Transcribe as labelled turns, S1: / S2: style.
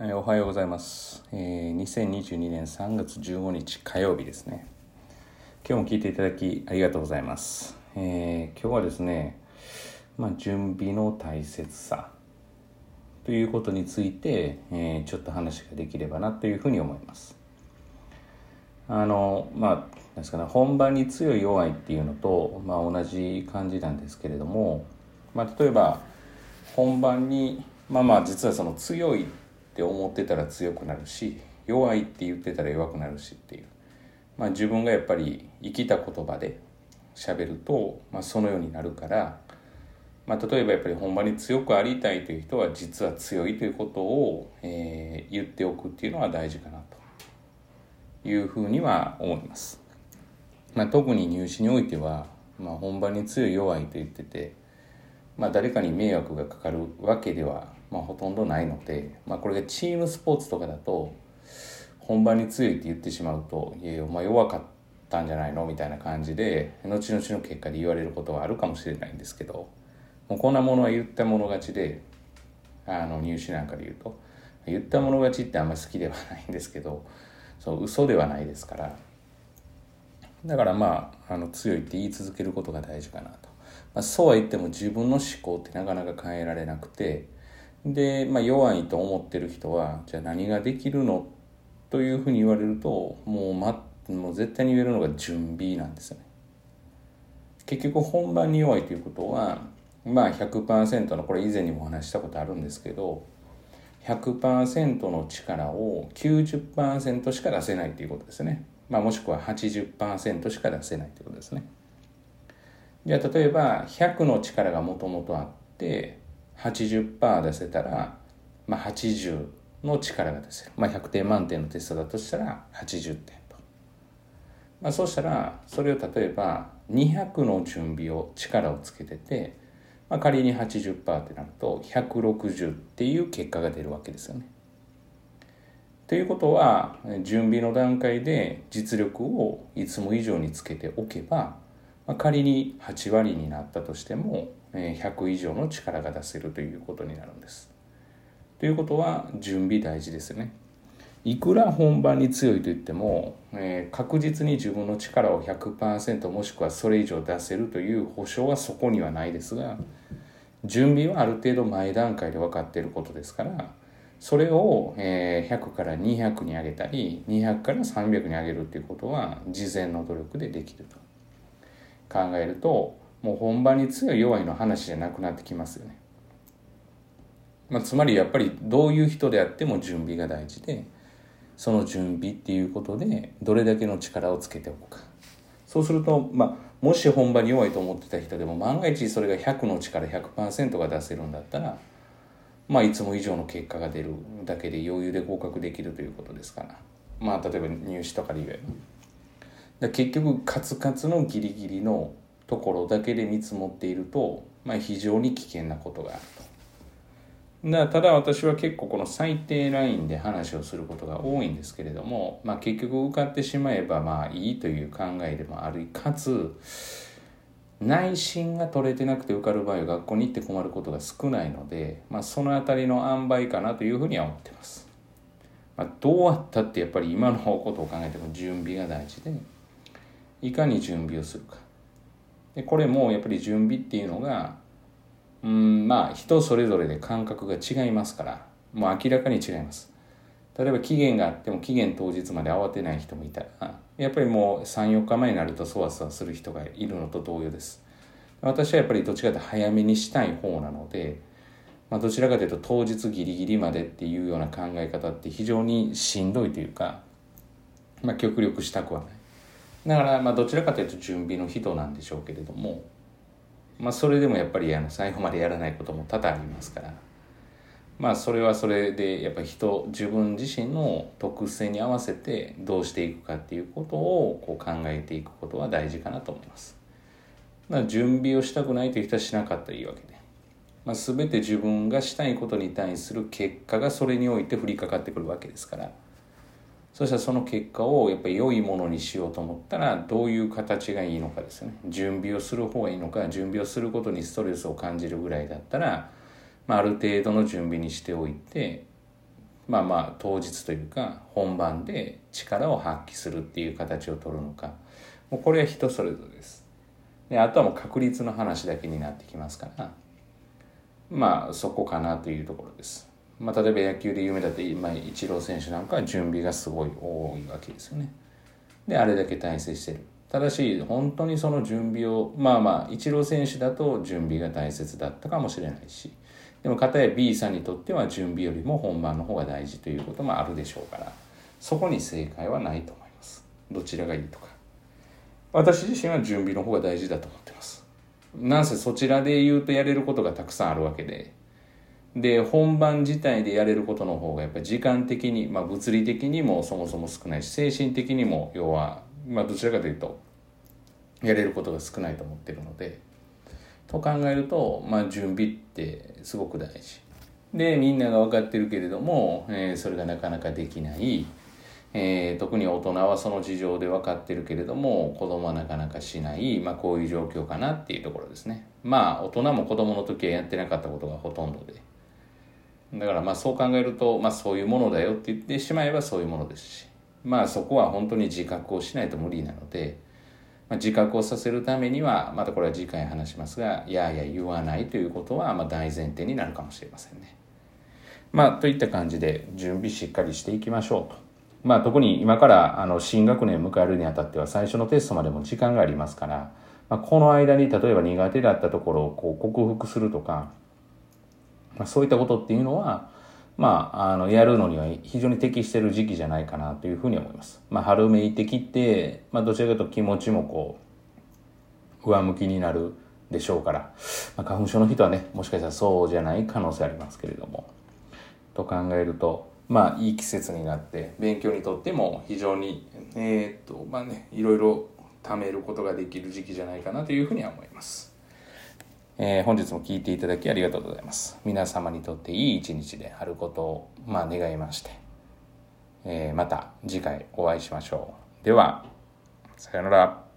S1: おはようございます。2022年3月15日火曜日ですね。今日も聞いていただきありがとうございます。今日はですね、準備の大切さということについて、ちょっと話ができればなというふうに思います。なんですかね、本番に強い弱いっていうのと、同じ感じなんですけれども、例えば本番に実はその強いって思ってたら強くなるし、弱いって言ってたら弱くなるしっていう、自分がやっぱり生きた言葉で喋ると、そのようになるから、例えばやっぱり本番に強くありたいという人は実は強いということを、言っておくっていうのは大事かなというふうには思います。特に入試においては、本番に強い弱いと言ってて、誰かに迷惑がかかるわけでは、ほとんどないので、これがチームスポーツとかだと本番に強いって言ってしまうと、いやお前弱かったんじゃないのみたいな感じで後々の結果で言われることはあるかもしれないんですけど、もうこんなものは言ったもの勝ちで、入試なんかで言うと言ったもの勝ちってあんまり好きではないんですけど、そう嘘ではないですから、だから強いって言い続けることが大事かなと。そうは言っても自分の思考ってなかなか変えられなくて、で、弱いと思ってる人はじゃあ何ができるのというふうに言われると、もう絶対に言えるのが準備なんですよね。結局本番に弱いということは、100% の、これ以前にもお話したことあるんですけど、100% の力を 90% しか出せないということですね。もしくは 80% しか出せないということですね。じゃあ例えば100の力がもともとあって80% 出せたら、80の力が出せる。100点満点のテストだとしたら80点と。そうしたらそれを例えば200の準備を力をつけてて、仮に 80% ってなると160っていう結果が出るわけですよね。ということは準備の段階で実力をいつも以上につけておけば、仮に8割になったとしても100以上の力が出せるということになるんです。ということは準備大事ですよね。いくら本番に強いと言っても、確実に自分の力を 100% もしくはそれ以上出せるという保証はそこにはないですが、準備はある程度前段階で分かっていることですから、それを100から200に上げたり200から300に上げるっていうことは事前の努力でできると考えると、もう本番に強い弱いの話じゃなくなってきますよね。つまりやっぱりどういう人であっても準備が大事で、その準備っていうことでどれだけの力をつけておくか。そうすると、もし本番に弱いと思ってた人でも万が一それが100の力 100% が出せるんだったら、いつも以上の結果が出るだけで余裕で合格できるということですから、例えば入試とかで言えば、結局カツカツのギリギリのところだけで見積もっていると、非常に危険なことがあると。ただ私は結構この最低ラインで話をすることが多いんですけれども、結局受かってしまえばいいという考えでもある、かつ内心が取れてなくて受かる場合は学校に行って困ることが少ないので、そのあたりの塩梅かなというふうには思ってます。どうあったってやっぱり今のことを考えても準備が大事で、いかに準備をするか。でこれもやっぱり準備っていうのが人それぞれで感覚が違いますから、もう明らかに違います。例えば期限があっても期限当日まで慌てない人もいたら、やっぱりもう 3,4 日前になるとそわそわする人がいるのと同様です。私はやっぱりどちらかというと早めにしたい方なので、どちらかというと当日ギリギリまでっていうような考え方って非常にしんどいというか、極力したくはない。だからどちらかというと準備の人なんでしょうけれども、それでもやっぱり最後までやらないことも多々ありますから、それはそれでやっぱり自分自身の特性に合わせてどうしていくかっていうことを考えていくことは大事かなと思います。準備をしたくないという人はしなかったらいいわけで、全て自分がしたいことに対する結果がそれにおいて降りかかってくるわけですから、そしたらその結果をやっぱり良いものにしようと思ったらどういう形がいいのかですよね。準備をする方がいいのか、準備をすることにストレスを感じるぐらいだったら、ある程度の準備にしておいて、 当日というか本番で力を発揮するっていう形を取るのか、もうこれは人それぞれです。であとはもう確率の話だけになってきますから、そこかなというところです。例えば野球で有名だってイチロー選手なんかは準備がすごい多いわけですよね。であれだけ大成してる。ただし本当にその準備をイチロー選手だと準備が大切だったかもしれないし、でも片や B さんにとっては準備よりも本番の方が大事ということもあるでしょうから、そこに正解はないと思います。どちらがいいとか、私自身は準備の方が大事だと思ってます。なんせそちらで言うとやれることがたくさんあるわけで本番自体でやれることの方がやっぱり時間的に、物理的にもそもそも少ないし、精神的にも要はどちらかというとやれることが少ないと思ってるので、と考えると、準備ってすごく大事で、みんなが分かってるけれども、それがなかなかできない、特に大人はその事情で分かってるけれども子供はなかなかしない、こういう状況かなっていうところですね。大人も子供の時はやってなかったことがほとんどで、だからそう考えると、そういうものだよって言ってしまえばそういうものですし、そこは本当に自覚をしないと無理なので、自覚をさせるためにはまたこれは次回話しますが、いやいや言わないということは大前提になるかもしれませんね。といった感じで準備しっかりしていきましょうと。特に今から新学年を迎えるにあたっては最初のテストまでも時間がありますから、この間に例えば苦手だったところを克服するとか、そういったことっていうのはやるのには非常に適している時期じゃないかなというふうに思います。春めいてきて、どちらかというと気持ちも上向きになるでしょうから、花粉症の人はねもしかしたらそうじゃない可能性ありますけれども、と考えるといい季節になって勉強にとっても非常にいろいろ貯めることができる時期じゃないかなというふうには思います。本日も聞いていただきありがとうございます。皆様にとっていい一日であることを願いまして、また次回お会いしましょう。ではさようなら。